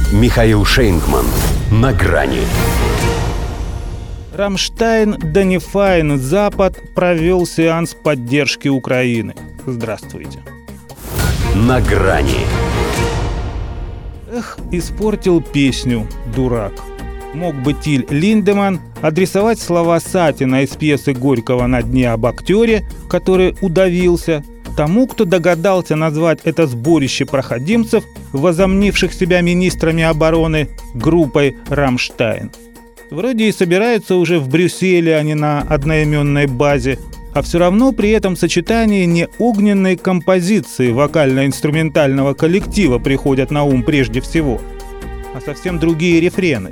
Михаил Шейнгман. На грани. Рамштайн, да Файн, Запад провел сеанс поддержки Украины. Здравствуйте. На грани. Испортил песню «Дурак». Мог бы Тиль Линдеманн адресовать слова Сатина из пьесы Горького «На дне» об актере, который удавился, тому, кто догадался назвать это сборище проходимцев, возомнивших себя министрами обороны, группой «Рамштайн». Вроде и собираются уже в Брюсселе, а не на одноименной базе, а все равно при этом сочетании не огненной композиции вокально-инструментального коллектива приходят на ум прежде всего, а совсем другие рефрены.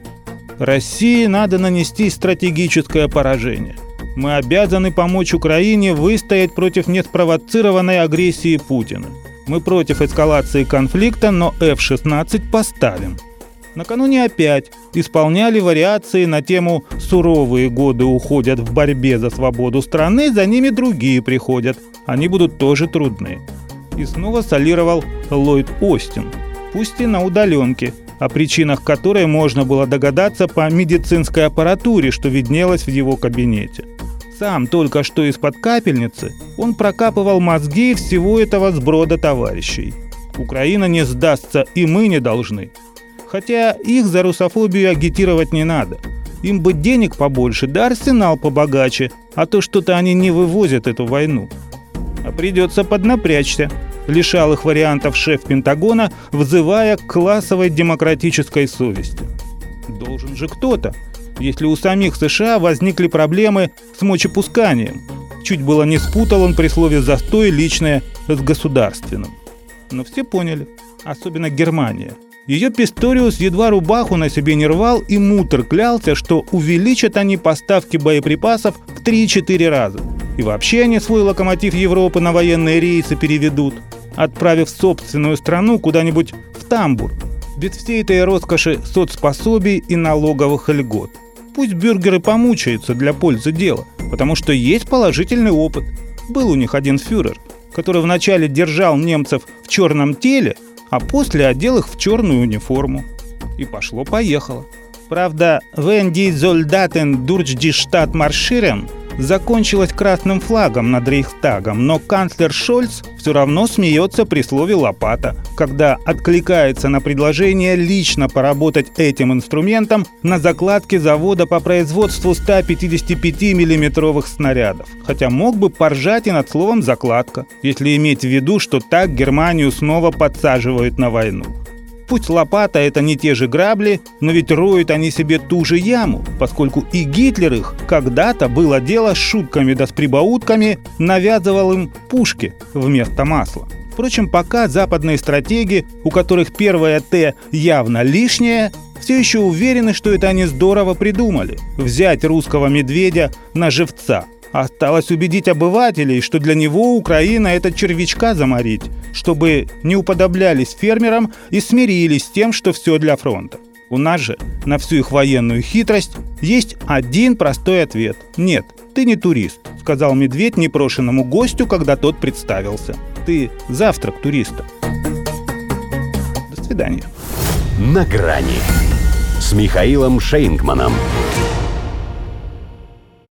России надо нанести стратегическое поражение. Мы обязаны помочь Украине выстоять против неспровоцированной агрессии Путина. Мы против эскалации конфликта, но F-16 поставим. Накануне опять исполняли вариации на тему «Суровые годы уходят в борьбе за свободу страны, за ними другие приходят. Они будут тоже трудные». И снова солировал Ллойд Остин, пусть и на удаленке, о причинах которой можно было догадаться по медицинской аппаратуре, что виднелось в его кабинете. Сам только что из-под капельницы он прокапывал мозги всего этого сброда товарищей. Украина не сдастся, и мы не должны. Хотя их за русофобию агитировать не надо. Им бы денег побольше, да арсенал побогаче, а то что-то они не вывозят эту войну. А придется поднапрячься, лишал их вариантов шеф Пентагона, взывая к классовой демократической совести. Должен же кто-то, если у самих США возникли проблемы с мочепусканием. Чуть было не спутал он при слове «застой» личное с государственным. Но все поняли, особенно Германия. Ее Писториус едва рубаху на себе не рвал, и Муттер клялся, что увеличат они поставки боеприпасов в 3-4 раза. И вообще они свой локомотив Европы на военные рейсы переведут, отправив собственную страну куда-нибудь в тамбур, без всей этой роскоши соцпособий и налоговых льгот. Пусть бюргеры помучаются для пользы дела, потому что есть положительный опыт. Был у них один фюрер, который вначале держал немцев в черном теле, а после одел их в черную униформу. И пошло-поехало. Правда, «Wenn die Soldaten durch die Stadt marschieren» закончилась красным флагом над Рейхстагом, но канцлер Шольц все равно смеется при слове «лопата», когда откликается на предложение лично поработать этим инструментом на закладке завода по производству 155-миллиметровых снарядов. Хотя мог бы поржать и над словом «закладка», если иметь в виду, что так Германию снова подсаживают на войну. Пусть лопата — это не те же грабли, но ведь роют они себе ту же яму, поскольку и Гитлер их когда-то, было дело, с шутками да с прибаутками навязывал им пушки вместо масла. Впрочем, пока западные стратеги, у которых первое «Т» явно лишнее, все еще уверены, что это они здорово придумали – взять русского медведя на живца. Осталось убедить обывателей, что для него Украина – это червячка заморить, чтобы не уподоблялись фермерам и смирились с тем, что все для фронта. У нас же на всю их военную хитрость есть один простой ответ. «Нет, ты не турист», – сказал медведь непрошенному гостю, когда тот представился. «Ты завтрак туриста». До свидания. На грани с Михаилом Шейнгманом.